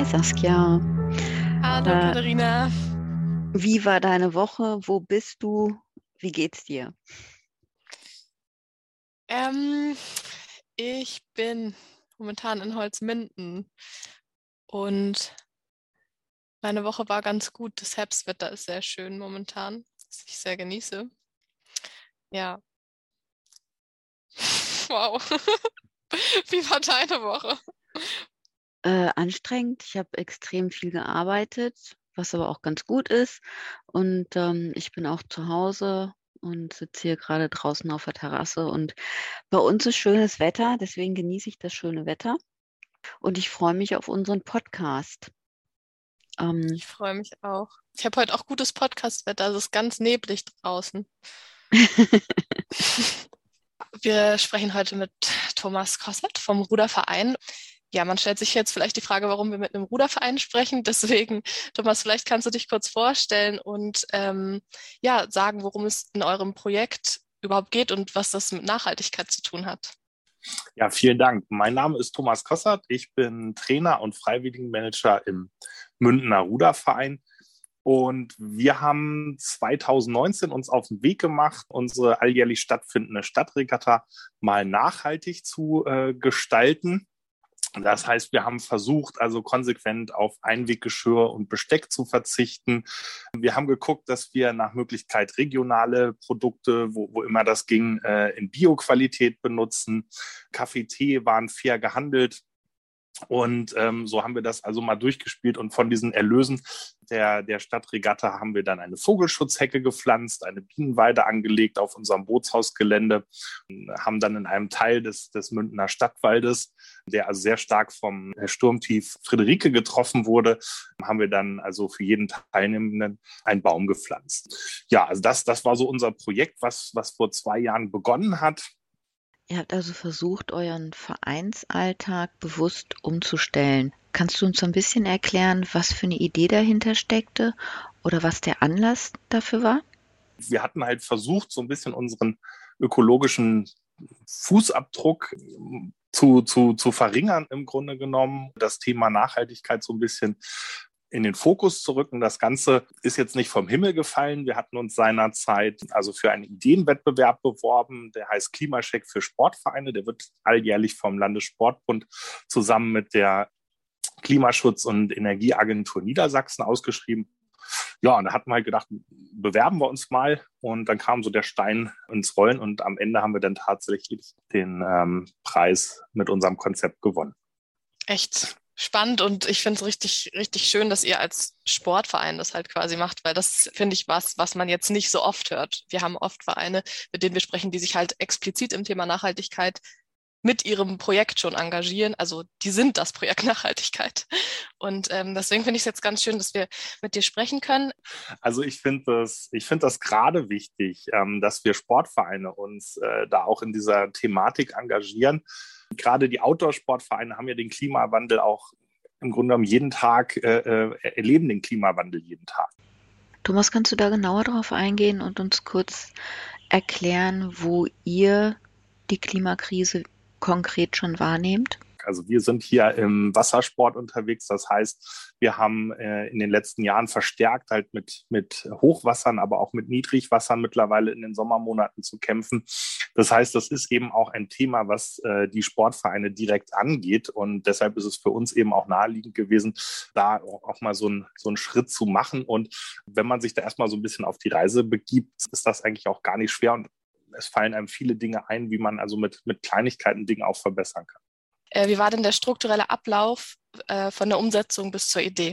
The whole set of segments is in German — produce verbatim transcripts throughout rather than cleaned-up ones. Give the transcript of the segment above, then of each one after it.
Saskia. Hallo Äh, Katharina. Wie war deine Woche? Wo bist du? Wie geht's dir? Ähm, ich bin momentan in Holzminden und meine Woche war ganz gut. Das Herbstwetter ist sehr schön momentan, das ich sehr genieße. Ja, wow. Wie war deine Woche? Äh, anstrengend. Ich habe extrem viel gearbeitet, was aber auch ganz gut ist. Und ähm, ich bin auch zu Hause und sitze hier gerade draußen auf der Terrasse. Und bei uns ist schönes Wetter, deswegen genieße ich das schöne Wetter. Und ich freue mich auf unseren Podcast. Ähm, Ich freue mich auch. Ich habe heute auch gutes Podcast-Wetter, es ist ganz neblig draußen. Wir sprechen heute mit Thomas Kossett vom Ruderverein. Ja, man stellt sich jetzt vielleicht die Frage, warum wir mit einem Ruderverein sprechen. Deswegen, Thomas, vielleicht kannst du dich kurz vorstellen und ähm, ja, sagen, worum es in eurem Projekt überhaupt geht und was das mit Nachhaltigkeit zu tun hat. Ja, vielen Dank. Mein Name ist Thomas Kossert. Ich bin Trainer und Freiwilligenmanager im Mündener Ruderverein. Und wir haben zwanzig neunzehn uns auf den Weg gemacht, unsere alljährlich stattfindende Stadtregatta mal nachhaltig zu äh, gestalten. Das heißt, wir haben versucht, also konsequent auf Einweggeschirr und Besteck zu verzichten. Wir haben geguckt, dass wir nach Möglichkeit regionale Produkte, wo, wo immer das ging, äh, in Bioqualität benutzen. Kaffee, Tee waren fair gehandelt. Und ähm, so haben wir das also mal durchgespielt und von diesen Erlösen der, der Stadtregatta haben wir dann eine Vogelschutzhecke gepflanzt, eine Bienenweide angelegt auf unserem Bootshausgelände, haben dann in einem Teil des, des Mündener Stadtwaldes, der also sehr stark vom Sturmtief Friederike getroffen wurde, haben wir dann also für jeden Teilnehmenden einen Baum gepflanzt. Ja, also das, das war so unser Projekt, was, was vor zwei Jahren begonnen hat. Ihr habt also versucht, euren Vereinsalltag bewusst umzustellen. Kannst du uns so ein bisschen erklären, was für eine Idee dahinter steckte oder was der Anlass dafür war? Wir hatten halt versucht, so ein bisschen unseren ökologischen Fußabdruck zu, zu, zu verringern im Grunde genommen. Das Thema Nachhaltigkeit so ein bisschen in den Fokus zu rücken. Das Ganze ist jetzt nicht vom Himmel gefallen. Wir hatten uns seinerzeit also für einen Ideenwettbewerb beworben, der heißt Klimacheck für Sportvereine. Der wird alljährlich vom Landessportbund zusammen mit der Klimaschutz- und Energieagentur Niedersachsen ausgeschrieben. Ja, und da hatten wir halt gedacht, bewerben wir uns mal. Und dann kam so der Stein ins Rollen und am Ende haben wir dann tatsächlich den ähm, Preis mit unserem Konzept gewonnen. Echt spannend und ich finde es richtig, richtig schön, dass ihr als Sportverein das halt quasi macht, weil das finde ich was, was man jetzt nicht so oft hört. Wir haben oft Vereine, mit denen wir sprechen, die sich halt explizit im Thema Nachhaltigkeit mit ihrem Projekt schon engagieren. Also die sind das Projekt Nachhaltigkeit. Und ähm, deswegen finde ich es jetzt ganz schön, dass wir mit dir sprechen können. Also ich finde das, ich finde das gerade wichtig, ähm, dass wir Sportvereine uns äh, da auch in dieser Thematik engagieren. Gerade die Outdoor-Sportvereine haben ja den Klimawandel auch im Grunde genommen jeden Tag, äh, erleben den Klimawandel jeden Tag. Thomas, kannst du da genauer drauf eingehen und uns kurz erklären, wo ihr die Klimakrise konkret schon wahrnehmt? Also wir sind hier im Wassersport unterwegs. Das heißt, wir haben äh, in den letzten Jahren verstärkt halt mit, mit Hochwassern, aber auch mit Niedrigwassern mittlerweile in den Sommermonaten zu kämpfen. Das heißt, das ist eben auch ein Thema, was äh, die Sportvereine direkt angeht. Und deshalb ist es für uns eben auch naheliegend gewesen, da auch mal so, ein, so einen Schritt zu machen. Und wenn man sich da erstmal so ein bisschen auf die Reise begibt, ist das eigentlich auch gar nicht schwer. Und es fallen einem viele Dinge ein, wie man also mit, mit Kleinigkeiten Dinge auch verbessern kann. Äh, wie war denn der strukturelle Ablauf äh, von der Umsetzung bis zur Idee?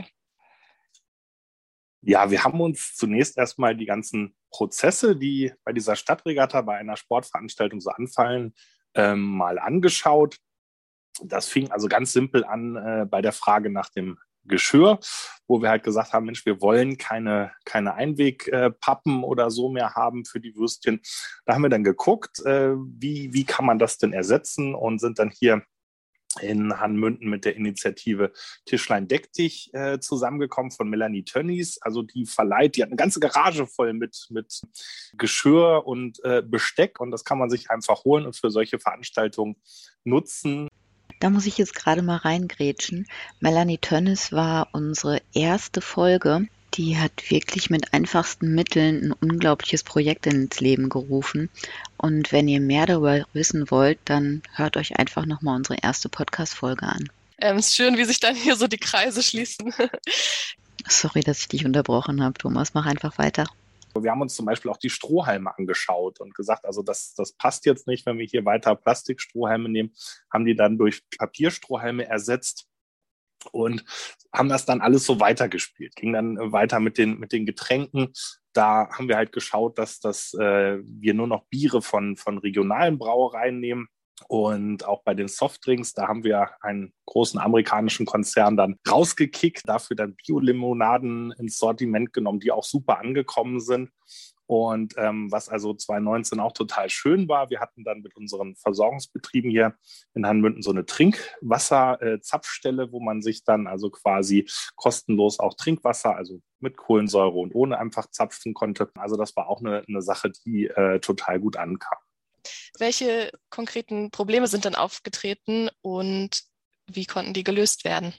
Ja, wir haben uns zunächst erstmal die ganzen Prozesse, die bei dieser Stadtregatta, bei einer Sportveranstaltung so anfallen, ähm, mal angeschaut. Das fing also ganz simpel an äh, bei der Frage nach dem Geschirr, wo wir halt gesagt haben, Mensch, wir wollen keine, keine Einwegpappen äh, oder so mehr haben für die Würstchen. Da haben wir dann geguckt, äh, wie, wie kann man das denn ersetzen und sind dann hier in Hanmünden mit der Initiative Tischlein deck dich äh, zusammengekommen von Melanie Tönnies. Also die verleiht, die hat eine ganze Garage voll mit, mit Geschirr und äh, Besteck und das kann man sich einfach holen und für solche Veranstaltungen nutzen. Da muss ich jetzt gerade mal reingrätschen. Melanie Tönnes war unsere erste Folge. Die hat wirklich mit einfachsten Mitteln ein unglaubliches Projekt ins Leben gerufen. Und wenn ihr mehr darüber wissen wollt, dann hört euch einfach nochmal unsere erste Podcast-Folge an. Ähm, ist schön, wie sich dann hier so die Kreise schließen. Sorry, dass ich dich unterbrochen habe, Thomas. Mach einfach weiter. Wir haben uns zum Beispiel auch die Strohhalme angeschaut und gesagt, also das, das passt jetzt nicht, wenn wir hier weiter Plastikstrohhalme nehmen, haben die dann durch Papierstrohhalme ersetzt und haben das dann alles so weitergespielt. Ging dann weiter mit den, mit den Getränken. Da haben wir halt geschaut, dass, dass äh, wir nur noch Biere von, von regionalen Brauereien nehmen. Und auch bei den Softdrinks, da haben wir einen großen amerikanischen Konzern dann rausgekickt, dafür dann Bio-Limonaden ins Sortiment genommen, die auch super angekommen sind. Und ähm, was also zwanzig neunzehn auch total schön war, wir hatten dann mit unseren Versorgungsbetrieben hier in Hanmünden so eine Trinkwasserzapfstelle, wo man sich dann also quasi kostenlos auch Trinkwasser, also mit Kohlensäure und ohne einfach zapfen konnte. Also das war auch eine, eine Sache, die äh, total gut ankam. Welche konkreten Probleme sind denn aufgetreten und wie konnten die gelöst werden?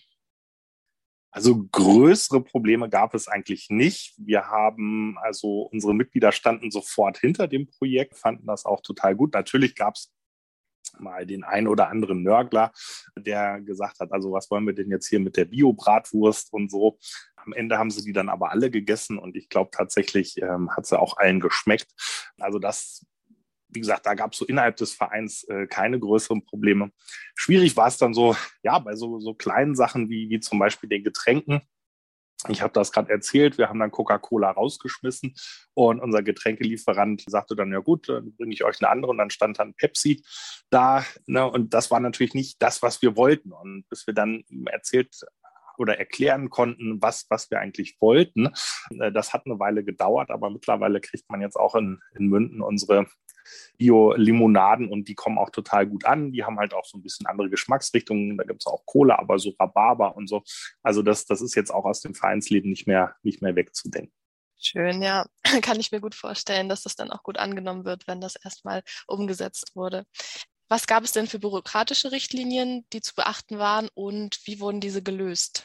Also größere Probleme gab es eigentlich nicht. Wir haben, also unsere Mitglieder standen sofort hinter dem Projekt, fanden das auch total gut. Natürlich gab es mal den einen oder anderen Nörgler, der gesagt hat, also was wollen wir denn jetzt hier mit der Bio-Bratwurst und so. Am Ende haben sie die dann aber alle gegessen und ich glaube tatsächlich ähm, hat sie auch allen geschmeckt. Also das Wie gesagt, da gab es so innerhalb des Vereins äh, keine größeren Probleme. Schwierig war es dann so, ja, bei so, so kleinen Sachen wie, wie zum Beispiel den Getränken. Ich habe das gerade erzählt, wir haben dann Coca-Cola rausgeschmissen und unser Getränkelieferant sagte dann, ja gut, dann bringe ich euch eine andere und dann stand dann Pepsi da. Ne? Und das war natürlich nicht das, was wir wollten. Und bis wir dann ihm erzählt oder erklären konnten, was, was wir eigentlich wollten, äh, das hat eine Weile gedauert, aber mittlerweile kriegt man jetzt auch in, in Münden unsere Bio-Limonaden und die kommen auch total gut an. Die haben halt auch so ein bisschen andere Geschmacksrichtungen. Da gibt es auch Cola, aber so Rhabarber und so. Also das, das ist jetzt auch aus dem Vereinsleben nicht mehr, nicht mehr wegzudenken. Schön, ja. Kann ich mir gut vorstellen, dass das dann auch gut angenommen wird, wenn das erstmal umgesetzt wurde. Was gab es denn für bürokratische Richtlinien, die zu beachten waren und wie wurden diese gelöst?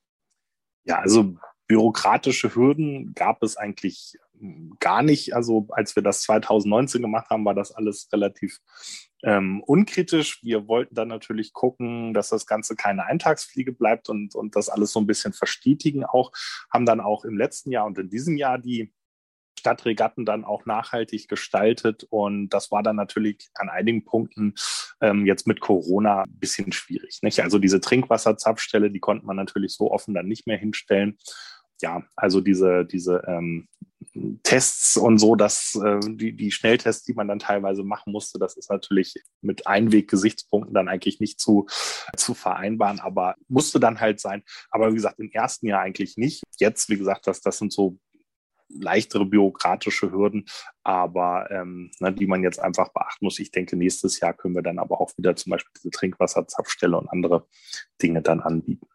Ja, also bürokratische Hürden gab es eigentlich gar nicht. Also als wir das zwanzig neunzehn gemacht haben, war das alles relativ ähm, unkritisch. Wir wollten dann natürlich gucken, dass das Ganze keine Eintagsfliege bleibt und, und das alles so ein bisschen verstetigen auch. Haben dann auch im letzten Jahr und in diesem Jahr die Stadtregatten dann auch nachhaltig gestaltet. Und das war dann natürlich an einigen Punkten ähm, jetzt mit Corona ein bisschen schwierig. Nicht? Also diese Trinkwasserzapfstelle, die konnte man natürlich so offen dann nicht mehr hinstellen. Ja, also diese, diese ähm, Tests und so, dass äh, die, die Schnelltests, die man dann teilweise machen musste, das ist natürlich mit Einweggesichtspunkten dann eigentlich nicht zu, zu vereinbaren, aber musste dann halt sein. Aber wie gesagt, im ersten Jahr eigentlich nicht. Jetzt, wie gesagt, das, das sind so leichtere bürokratische Hürden, aber ähm, ne, die man jetzt einfach beachten muss. Ich denke, nächstes Jahr können wir dann aber auch wieder zum Beispiel diese Trinkwasserzapfstelle und andere Dinge dann anbieten.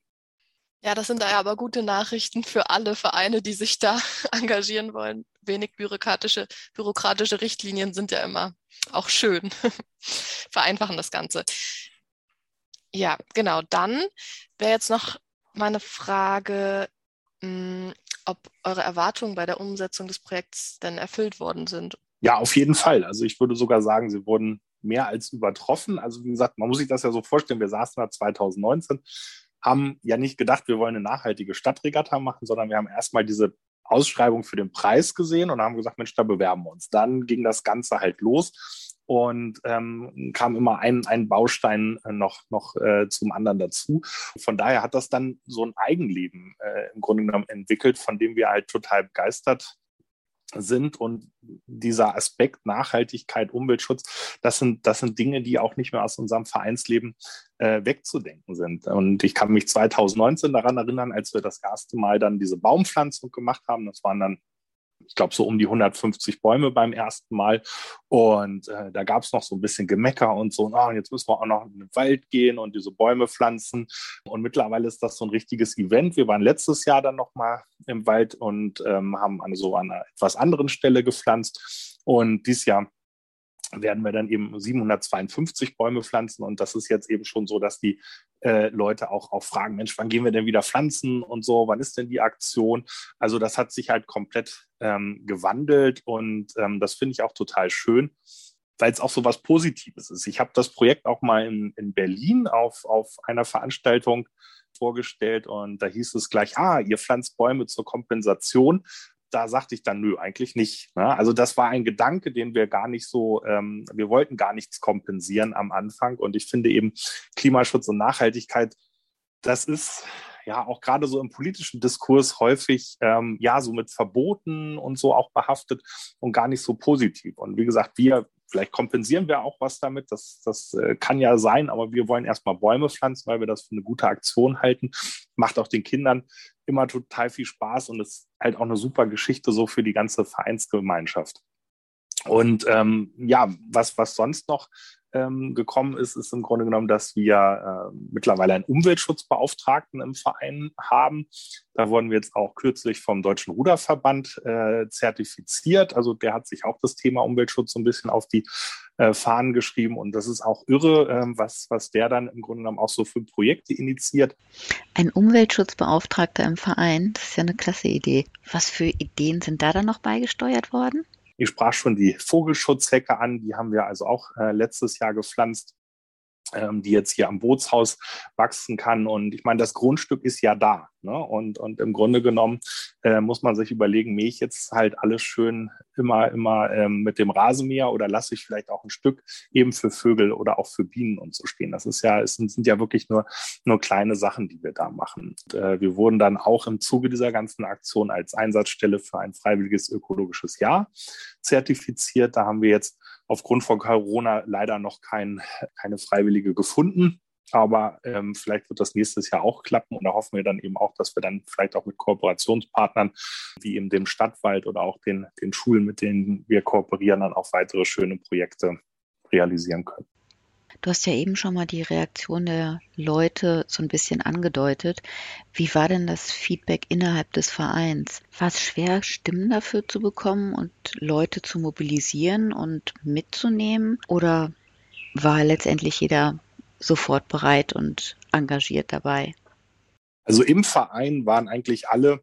Ja, das sind da ja aber gute Nachrichten für alle Vereine, die sich da engagieren wollen. Wenig bürokratische, bürokratische Richtlinien sind ja immer auch schön, vereinfachen das Ganze. Ja, genau. Dann wäre jetzt noch meine Frage, mh, ob eure Erwartungen bei der Umsetzung des Projekts denn erfüllt worden sind. Ja, auf jeden Fall. Also ich würde sogar sagen, sie wurden mehr als übertroffen. Also wie gesagt, man muss sich das ja so vorstellen, wir saßen da zwanzig neunzehn, haben ja nicht gedacht, wir wollen eine nachhaltige Stadtregatta machen, sondern wir haben erstmal diese Ausschreibung für den Preis gesehen und haben gesagt, Mensch, da bewerben wir uns. Dann ging das Ganze halt los und ähm, kam immer ein, ein Baustein noch, noch äh, zum anderen dazu. Von daher hat das dann so ein Eigenleben äh, im Grunde genommen entwickelt, von dem wir halt total begeistert sind. Und dieser Aspekt Nachhaltigkeit, Umweltschutz, das sind, das sind Dinge, die auch nicht mehr aus unserem Vereinsleben äh, wegzudenken sind. Und ich kann mich zwanzig neunzehn daran erinnern, als wir das erste Mal dann diese Baumpflanzung gemacht haben. Das waren dann, ich glaube, so um die hundertfünfzig Bäume beim ersten Mal. Und äh, da gab es noch so ein bisschen Gemecker und so, oh, jetzt müssen wir auch noch in den Wald gehen und diese Bäume pflanzen. Und mittlerweile ist das so ein richtiges Event. Wir waren letztes Jahr dann noch mal im Wald und ähm, haben an so einer etwas anderen Stelle gepflanzt. Und dieses Jahr werden wir dann eben siebenhundertzweiundfünfzig Bäume pflanzen. Und das ist jetzt eben schon so, dass die äh, Leute auch, auch fragen, Mensch, wann gehen wir denn wieder pflanzen und so, wann ist denn die Aktion? Also das hat sich halt komplett ähm, gewandelt und ähm, das finde ich auch total schön, weil es auch so was Positives ist. Ich habe das Projekt auch mal in, in Berlin auf, auf einer Veranstaltung vorgestellt und da hieß es gleich, ah, ihr pflanzt Bäume zur Kompensation. Da sagte ich dann, nö, eigentlich nicht. Ne? Also das war ein Gedanke, den wir gar nicht so, ähm, wir wollten gar nichts kompensieren am Anfang. Und ich finde eben Klimaschutz und Nachhaltigkeit, das ist ja auch gerade so im politischen Diskurs häufig ähm, ja so mit Verboten und so auch behaftet und gar nicht so positiv. Und wie gesagt, wir, vielleicht kompensieren wir auch was damit, das, das äh, kann ja sein, aber wir wollen erstmal Bäume pflanzen, weil wir das für eine gute Aktion halten. Macht auch den Kindern immer total viel Spaß und ist halt auch eine super Geschichte so für die ganze Vereinsgemeinschaft. Und ähm, ja, was, was sonst noch ähm, gekommen ist, ist im Grunde genommen, dass wir äh, mittlerweile einen Umweltschutzbeauftragten im Verein haben. Da wurden wir jetzt auch kürzlich vom Deutschen Ruderverband äh, zertifiziert. Also der hat sich auch das Thema Umweltschutz so ein bisschen auf die äh, Fahnen geschrieben. Und das ist auch irre, äh, was, was der dann im Grunde genommen auch so für Projekte initiiert. Ein Umweltschutzbeauftragter im Verein, das ist ja eine klasse Idee. Was für Ideen sind da dann noch beigesteuert worden? Ich sprach schon die Vogelschutzhecke an, die haben wir also auch äh, letztes Jahr gepflanzt, ähm, die jetzt hier am Bootshaus wachsen kann. Und ich meine, das Grundstück ist ja da. Ne? Und, und im Grunde genommen äh, muss man sich überlegen, mähe ich jetzt halt alles schön immer, immer ähm, mit dem Rasenmäher oder lasse ich vielleicht auch ein Stück eben für Vögel oder auch für Bienen und so stehen. Das ist ja, es sind, sind ja wirklich nur, nur kleine Sachen, die wir da machen. Und, äh, wir wurden dann auch im Zuge dieser ganzen Aktion als Einsatzstelle für ein freiwilliges ökologisches Jahr zertifiziert. Da haben wir jetzt aufgrund von Corona leider noch kein, keine Freiwillige gefunden. Aber ähm, vielleicht wird das nächstes Jahr auch klappen. Und da hoffen wir dann eben auch, dass wir dann vielleicht auch mit Kooperationspartnern wie eben dem Stadtwald oder auch den, den Schulen, mit denen wir kooperieren, dann auch weitere schöne Projekte realisieren können. Du hast ja eben schon mal die Reaktion der Leute so ein bisschen angedeutet. Wie war denn das Feedback innerhalb des Vereins? War es schwer, Stimmen dafür zu bekommen und Leute zu mobilisieren und mitzunehmen? Oder war letztendlich jeder sofort bereit und engagiert dabei? Also im Verein waren eigentlich alle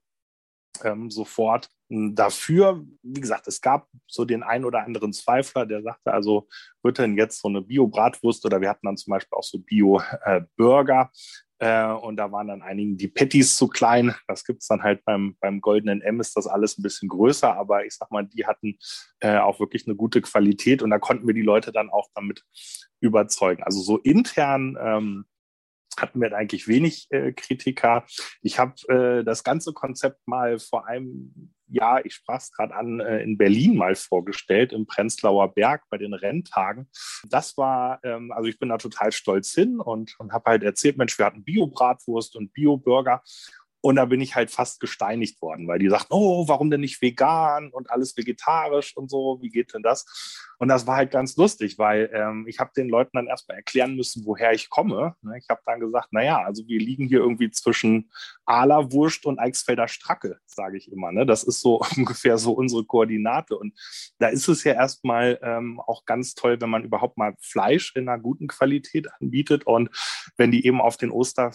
ähm, sofort dafür. Wie gesagt, es gab so den einen oder anderen Zweifler, der sagte, also wird denn jetzt so eine Bio-Bratwurst oder wir hatten dann zum Beispiel auch so Bio-Burger äh, und da waren dann einigen die Patties zu klein. Das gibt es dann halt beim, beim Goldenen M, ist das alles ein bisschen größer, aber ich sag mal, die hatten äh, auch wirklich eine gute Qualität und da konnten wir die Leute dann auch damit überzeugen. Also so intern ähm, hatten wir eigentlich wenig äh, Kritiker. Ich habe äh, das ganze Konzept mal vor einem Jahr, ich sprach es gerade an, äh, in Berlin mal vorgestellt, im Prenzlauer Berg bei den Renntagen. Das war, ähm, also ich bin da total stolz hin und, und habe halt erzählt, Mensch, wir hatten Bio-Bratwurst und Bio-Burger. Und da bin ich halt fast gesteinigt worden, weil die sagten, oh, warum denn nicht vegan und alles vegetarisch und so, wie geht denn das? Und das war halt ganz lustig, weil ähm, ich habe den Leuten dann erstmal erklären müssen, woher ich komme. Ich habe dann gesagt, naja, also wir liegen hier irgendwie zwischen Ahlerwurst und Eichsfelder Stracke, sage ich immer. Ne? Das ist so ungefähr so unsere Koordinate. Und da ist es ja erstmal ähm, auch ganz toll, wenn man überhaupt mal Fleisch in einer guten Qualität anbietet. Und wenn die eben auf den Oster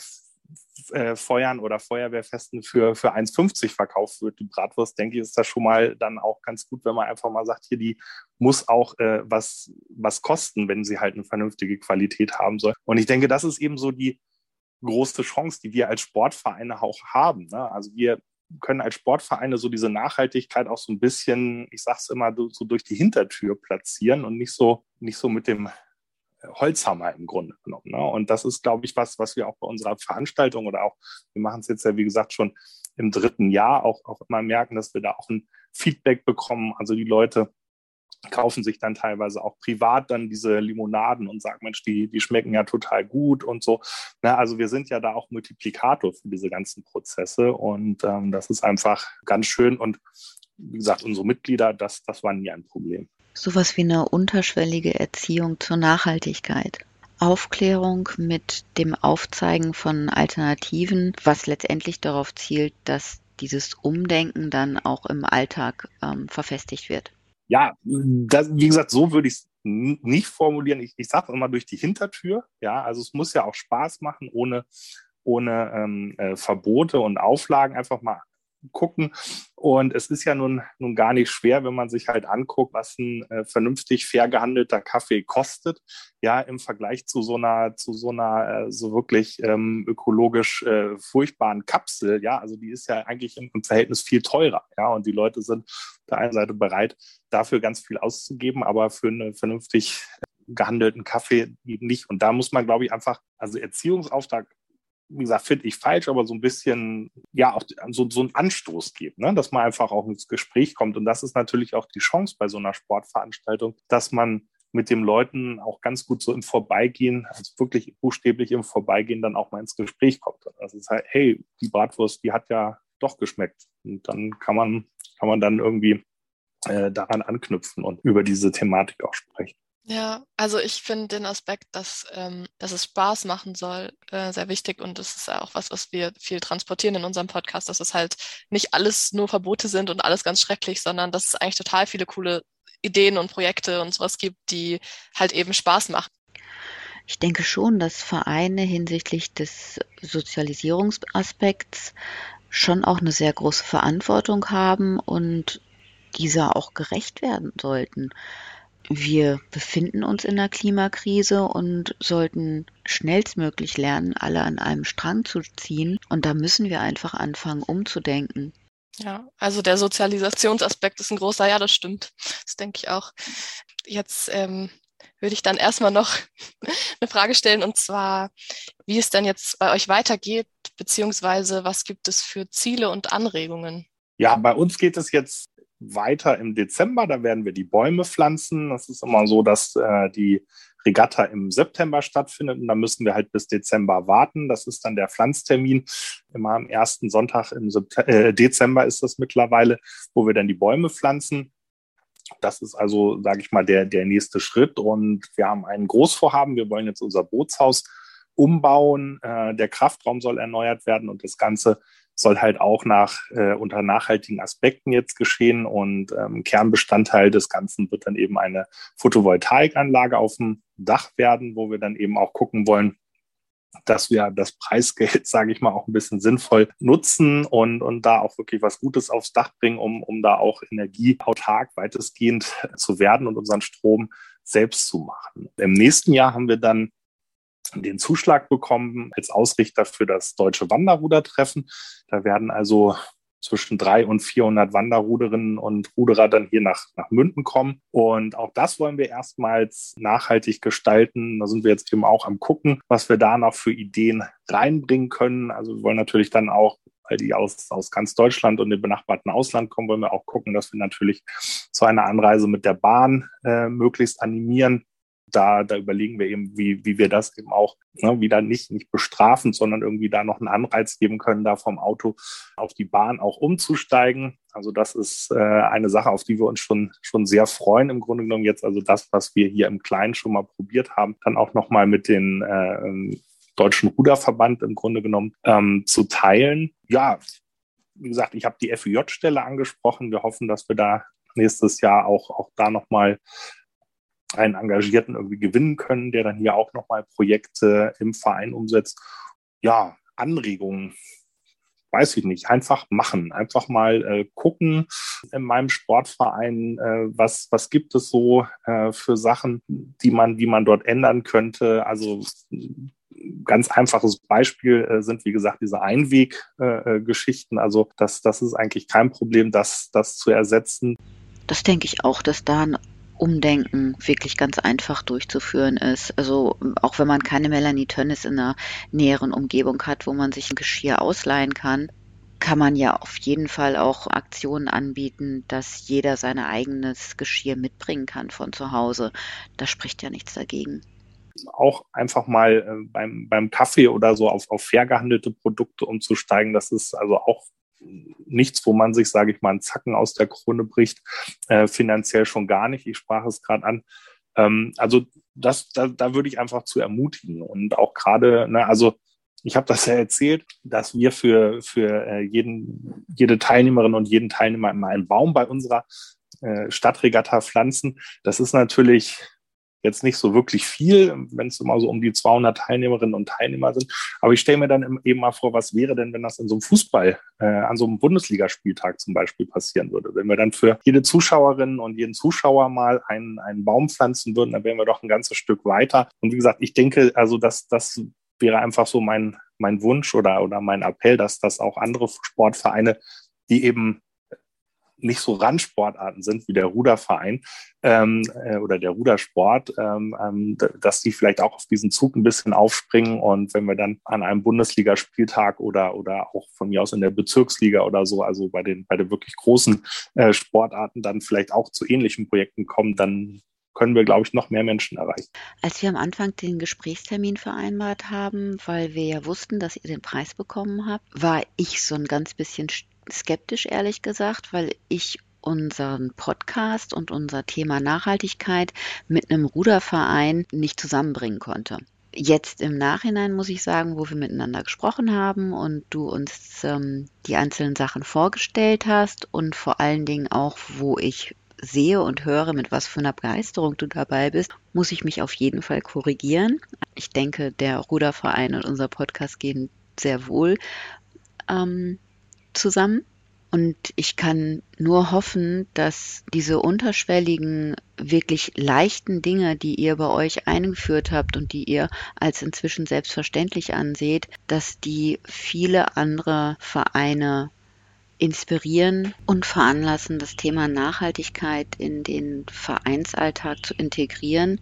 Feuern oder Feuerwehrfesten für, für eins fünfzig verkauft wird, die Bratwurst, denke ich, ist das schon mal dann auch ganz gut, wenn man einfach mal sagt, hier, die muss auch äh, was, was kosten, wenn sie halt eine vernünftige Qualität haben soll. Und ich denke, das ist eben so die große Chance, die wir als Sportvereine auch haben. Ne? Also wir können als Sportvereine so diese Nachhaltigkeit auch so ein bisschen, ich sag's immer, so durch die Hintertür platzieren und nicht so, nicht so mit dem Holzhammer im Grunde genommen. Ne? Und das ist, glaube ich, was, was wir auch bei unserer Veranstaltung oder auch, wir machen es jetzt ja, wie gesagt, schon im dritten Jahr auch, auch immer merken, dass wir da auch ein Feedback bekommen. Also die Leute kaufen sich dann teilweise auch privat dann diese Limonaden und sagen, Mensch, die, die schmecken ja total gut und so. Na, also wir sind ja da auch Multiplikator für diese ganzen Prozesse und ähm, das ist einfach ganz schön und wie gesagt, unsere Mitglieder, das, das war nie ein Problem. Sowas wie eine unterschwellige Erziehung zur Nachhaltigkeit. Aufklärung mit dem Aufzeigen von Alternativen, was letztendlich darauf zielt, dass dieses Umdenken dann auch im Alltag ähm, verfestigt wird. Ja, das, wie gesagt, so würde ich es nicht formulieren. Ich, ich sage immer durch die Hintertür. Ja, also es muss ja auch Spaß machen, ohne, ohne ähm, äh, Verbote und Auflagen einfach mal gucken. Und es ist ja nun, nun gar nicht schwer, wenn man sich halt anguckt, was ein äh, vernünftig fair gehandelter Kaffee kostet, ja, im Vergleich zu so einer, zu so einer äh, so wirklich ähm, ökologisch äh, furchtbaren Kapsel, ja, also die ist ja eigentlich im, im Verhältnis viel teurer, ja, und die Leute sind auf der einen Seite bereit, dafür ganz viel auszugeben, aber für einen vernünftig gehandelten Kaffee eben nicht. Und da muss man, glaube ich, einfach, also Erziehungsauftrag, wie gesagt, finde ich falsch, aber so ein bisschen, ja, auch so, so einen Anstoß gibt, ne? Dass man einfach auch ins Gespräch kommt. Und das ist natürlich auch die Chance bei so einer Sportveranstaltung, dass man mit den Leuten auch ganz gut so im Vorbeigehen, also wirklich buchstäblich im Vorbeigehen, dann auch mal ins Gespräch kommt. Also es ist halt, hey, die Bratwurst, die hat ja doch geschmeckt. Und dann kann man, kann man dann irgendwie äh, daran anknüpfen und über diese Thematik auch sprechen. Ja, also ich finde den Aspekt, dass, ähm, dass es Spaß machen soll, äh, sehr wichtig, und das ist ja auch was, was wir viel transportieren in unserem Podcast, dass es halt nicht alles nur Verbote sind und alles ganz schrecklich, sondern dass es eigentlich total viele coole Ideen und Projekte und sowas gibt, die halt eben Spaß machen. Ich denke schon, dass Vereine hinsichtlich des Sozialisierungsaspekts schon auch eine sehr große Verantwortung haben und dieser auch gerecht werden sollten. Wir befinden uns in einer Klimakrise und sollten schnellstmöglich lernen, alle an einem Strang zu ziehen. Und da müssen wir einfach anfangen, umzudenken. Ja, also der Sozialisationsaspekt ist ein großer, ja, das stimmt. Das denke ich auch. Jetzt ähm, würde ich dann erstmal noch eine Frage stellen, und zwar, wie es dann jetzt bei euch weitergeht, beziehungsweise was gibt es für Ziele und Anregungen? Ja, bei uns geht es jetzt weiter im Dezember. Da werden wir die Bäume pflanzen. Das ist immer so, dass äh, die Regatta im September stattfindet, und da müssen wir halt bis Dezember warten. Das ist dann der Pflanztermin. Immer am ersten Sonntag im September, äh, Dezember ist das mittlerweile, wo wir dann die Bäume pflanzen. Das ist also, sage ich mal, der, der nächste Schritt. Und wir haben ein Großvorhaben. Wir wollen jetzt unser Bootshaus umbauen. Äh, der Kraftraum soll erneuert werden, und das Ganze soll halt auch nach äh, unter nachhaltigen Aspekten jetzt geschehen. Und ähm, Kernbestandteil des Ganzen wird dann eben eine Photovoltaikanlage auf dem Dach werden, wo wir dann eben auch gucken wollen, dass wir das Preisgeld, sage ich mal, auch ein bisschen sinnvoll nutzen und, und da auch wirklich was Gutes aufs Dach bringen, um, um da auch energieautark weitestgehend zu werden und unseren Strom selbst zu machen. Im nächsten Jahr haben wir dann den Zuschlag bekommen als Ausrichter für das Deutsche Wanderrudertreffen. Da werden also zwischen dreihundert und vierhundert Wanderruderinnen und Ruderer dann hier nach, nach Münden kommen. Und auch das wollen wir erstmals nachhaltig gestalten. Da sind wir jetzt eben auch am gucken, was wir da noch für Ideen reinbringen können. Also wir wollen natürlich dann auch, weil die aus, aus ganz Deutschland und dem benachbarten Ausland kommen, wollen wir auch gucken, dass wir natürlich zu einer Anreise mit der Bahn äh, möglichst animieren. Da, da überlegen wir eben, wie, wie wir das eben auch ne, wieder nicht, nicht bestrafend, sondern irgendwie da noch einen Anreiz geben können, da vom Auto auf die Bahn auch umzusteigen. Also das ist äh, eine Sache, auf die wir uns schon, schon sehr freuen. Im Grunde genommen jetzt also das, was wir hier im Kleinen schon mal probiert haben, dann auch nochmal mit den äh, Deutschen Ruderverband im Grunde genommen ähm, zu teilen. Ja, wie gesagt, ich habe die F I J-Stelle angesprochen. Wir hoffen, dass wir da nächstes Jahr auch, auch da nochmal einen Engagierten irgendwie gewinnen können, der dann hier auch nochmal Projekte im Verein umsetzt. Ja, Anregungen, weiß ich nicht, einfach machen, einfach mal äh, gucken in meinem Sportverein, äh, was, was gibt es so äh, für Sachen, die man, die man dort ändern könnte. Also ganz einfaches Beispiel äh, sind, wie gesagt, diese Einweggeschichten. Äh, also das, das ist eigentlich kein Problem, das, das zu ersetzen. Das denke ich auch, dass da ein Umdenken wirklich ganz einfach durchzuführen ist. Also auch wenn man keine Melanie Tönnies in einer näheren Umgebung hat, wo man sich ein Geschirr ausleihen kann, kann man ja auf jeden Fall auch Aktionen anbieten, dass jeder sein eigenes Geschirr mitbringen kann von zu Hause. Da spricht ja nichts dagegen. Auch einfach mal äh, beim, beim Kaffee oder so auf, auf fair gehandelte Produkte umzusteigen, das ist also auch nichts, wo man sich, sage ich mal, einen Zacken aus der Krone bricht, äh, finanziell schon gar nicht. Ich sprach es gerade an. Ähm, also das, da, da würde ich einfach zu ermutigen. Und auch gerade, ne, also ich habe das ja erzählt, dass wir für, für äh, jeden, jede Teilnehmerin und jeden Teilnehmer immer einen Baum bei unserer äh, Stadtregatta pflanzen. Das ist natürlich jetzt nicht so wirklich viel, wenn es immer so um die zweihundert Teilnehmerinnen und Teilnehmer sind. Aber ich stelle mir dann eben mal vor, was wäre denn, wenn das in so einem Fußball, äh, an so einem Bundesligaspieltag zum Beispiel passieren würde. Wenn wir dann für jede Zuschauerin und jeden Zuschauer mal einen, einen Baum pflanzen würden, dann wären wir doch ein ganzes Stück weiter. Und wie gesagt, ich denke, also das, das wäre einfach so mein, mein Wunsch oder, oder mein Appell, dass das auch andere Sportvereine, die eben nicht so Randsportarten sind wie der Ruderverein ähm, äh, oder der Rudersport, ähm, ähm, dass die vielleicht auch auf diesen Zug ein bisschen aufspringen und wenn wir dann an einem Bundesligaspieltag oder oder auch von mir aus in der Bezirksliga oder so, also bei den bei den wirklich großen äh, Sportarten dann vielleicht auch zu ähnlichen Projekten kommen, dann können wir, glaube ich, noch mehr Menschen erreichen. Als wir am Anfang den Gesprächstermin vereinbart haben, weil wir ja wussten, dass ihr den Preis bekommen habt, war ich so ein ganz bisschen skeptisch, ehrlich gesagt, weil ich unseren Podcast und unser Thema Nachhaltigkeit mit einem Ruderverein nicht zusammenbringen konnte. Jetzt im Nachhinein muss ich sagen, wo wir miteinander gesprochen haben und du uns ähm, die einzelnen Sachen vorgestellt hast und vor allen Dingen auch, wo ich sehe und höre, mit was für einer Begeisterung du dabei bist, muss ich mich auf jeden Fall korrigieren. Ich denke, der Ruderverein und unser Podcast gehen sehr wohl ähm, zusammen. Und ich kann nur hoffen, dass diese unterschwelligen, wirklich leichten Dinge, die ihr bei euch eingeführt habt und die ihr als inzwischen selbstverständlich anseht, dass die viele andere Vereine inspirieren und veranlassen, das Thema Nachhaltigkeit in den Vereinsalltag zu integrieren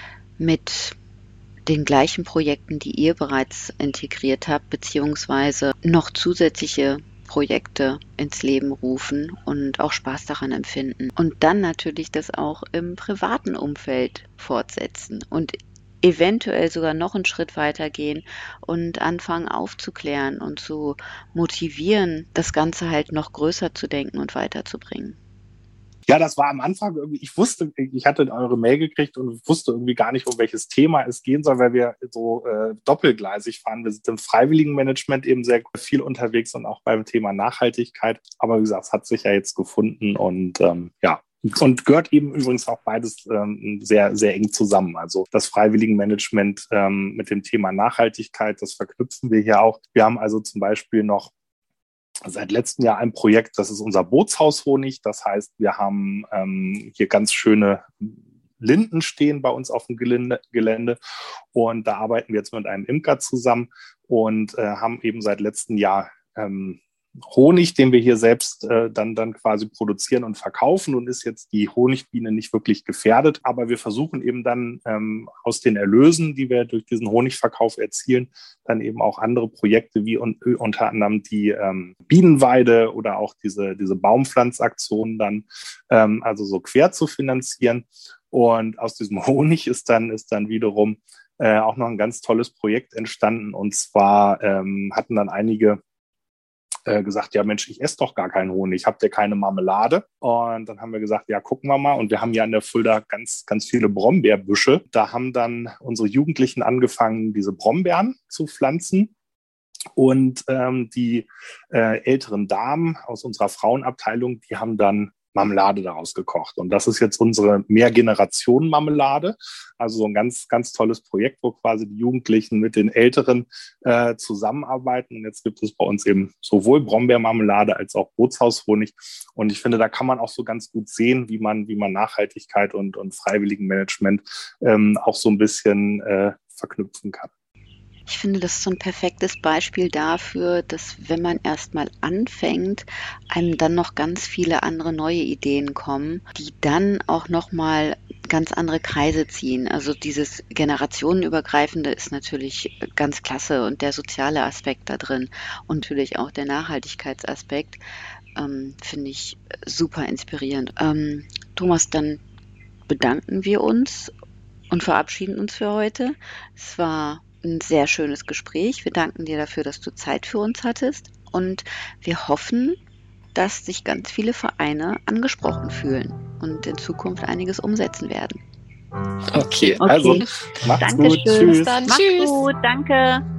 mit den gleichen Projekten, die ihr bereits integriert habt, beziehungsweise noch zusätzliche Projekte ins Leben rufen und auch Spaß daran empfinden. Und dann natürlich das auch im privaten Umfeld fortsetzen und eventuell sogar noch einen Schritt weitergehen und anfangen aufzuklären und zu motivieren, das Ganze halt noch größer zu denken und weiterzubringen. Ja, das war am Anfang irgendwie, ich wusste, ich hatte eure Mail gekriegt und wusste irgendwie gar nicht, um welches Thema es gehen soll, weil wir so äh, doppelgleisig fahren. Wir sind im Freiwilligenmanagement eben sehr viel unterwegs und auch beim Thema Nachhaltigkeit. Aber wie gesagt, es hat sich ja jetzt gefunden und ähm, ja, und gehört eben übrigens auch beides ähm, sehr, sehr eng zusammen. Also das Freiwilligenmanagement ähm, mit dem Thema Nachhaltigkeit, das verknüpfen wir hier auch. Wir haben also zum Beispiel noch seit letztem Jahr ein Projekt, das ist unser Bootshaushonig. Das heißt, wir haben ähm, hier ganz schöne Linden stehen bei uns auf dem Gelände, Gelände. Und da arbeiten wir jetzt mit einem Imker zusammen und äh, haben eben seit letztem Jahr ähm, Honig, den wir hier selbst äh, dann, dann quasi produzieren und verkaufen und ist jetzt die Honigbiene nicht wirklich gefährdet. Aber wir versuchen eben dann ähm, aus den Erlösen, die wir durch diesen Honigverkauf erzielen, dann eben auch andere Projekte wie un- unter anderem die ähm, Bienenweide oder auch diese, diese Baumpflanzaktionen dann ähm, also so quer zu finanzieren. Und aus diesem Honig ist dann, ist dann wiederum äh, auch noch ein ganz tolles Projekt entstanden. Und zwar ähm, hatten dann einige gesagt, ja Mensch, ich esse doch gar keinen Honig, habt ihr keine Marmelade? Und dann haben wir gesagt, ja, gucken wir mal. Und wir haben ja in der Fulda ganz, ganz viele Brombeerbüsche. Da haben dann unsere Jugendlichen angefangen, diese Brombeeren zu pflanzen. Und ähm, die äh, älteren Damen aus unserer Frauenabteilung, die haben dann Marmelade daraus gekocht. Und das ist jetzt unsere Mehrgenerationen-Marmelade. Also so ein ganz, ganz tolles Projekt, wo quasi die Jugendlichen mit den Älteren äh, zusammenarbeiten. Und jetzt gibt es bei uns eben sowohl Brombeermarmelade als auch Bootshaushonig. Und ich finde, da kann man auch so ganz gut sehen, wie man, wie man Nachhaltigkeit und, und Freiwilligenmanagement ähm, auch so ein bisschen äh, verknüpfen kann. Ich finde, das ist so ein perfektes Beispiel dafür, dass wenn man erstmal anfängt, einem dann noch ganz viele andere neue Ideen kommen, die dann auch nochmal ganz andere Kreise ziehen. Also dieses Generationenübergreifende ist natürlich ganz klasse und der soziale Aspekt da drin und natürlich auch der Nachhaltigkeitsaspekt ähm, finde ich super inspirierend. Ähm, Thomas, dann bedanken wir uns und verabschieden uns für heute. Es war ein sehr schönes Gespräch. Wir danken dir dafür, dass du Zeit für uns hattest und wir hoffen, dass sich ganz viele Vereine angesprochen fühlen und in Zukunft einiges umsetzen werden. Okay, okay. Also macht's gut. Dankeschön. Tschüss. Dann Macht's tschüss. gut, danke.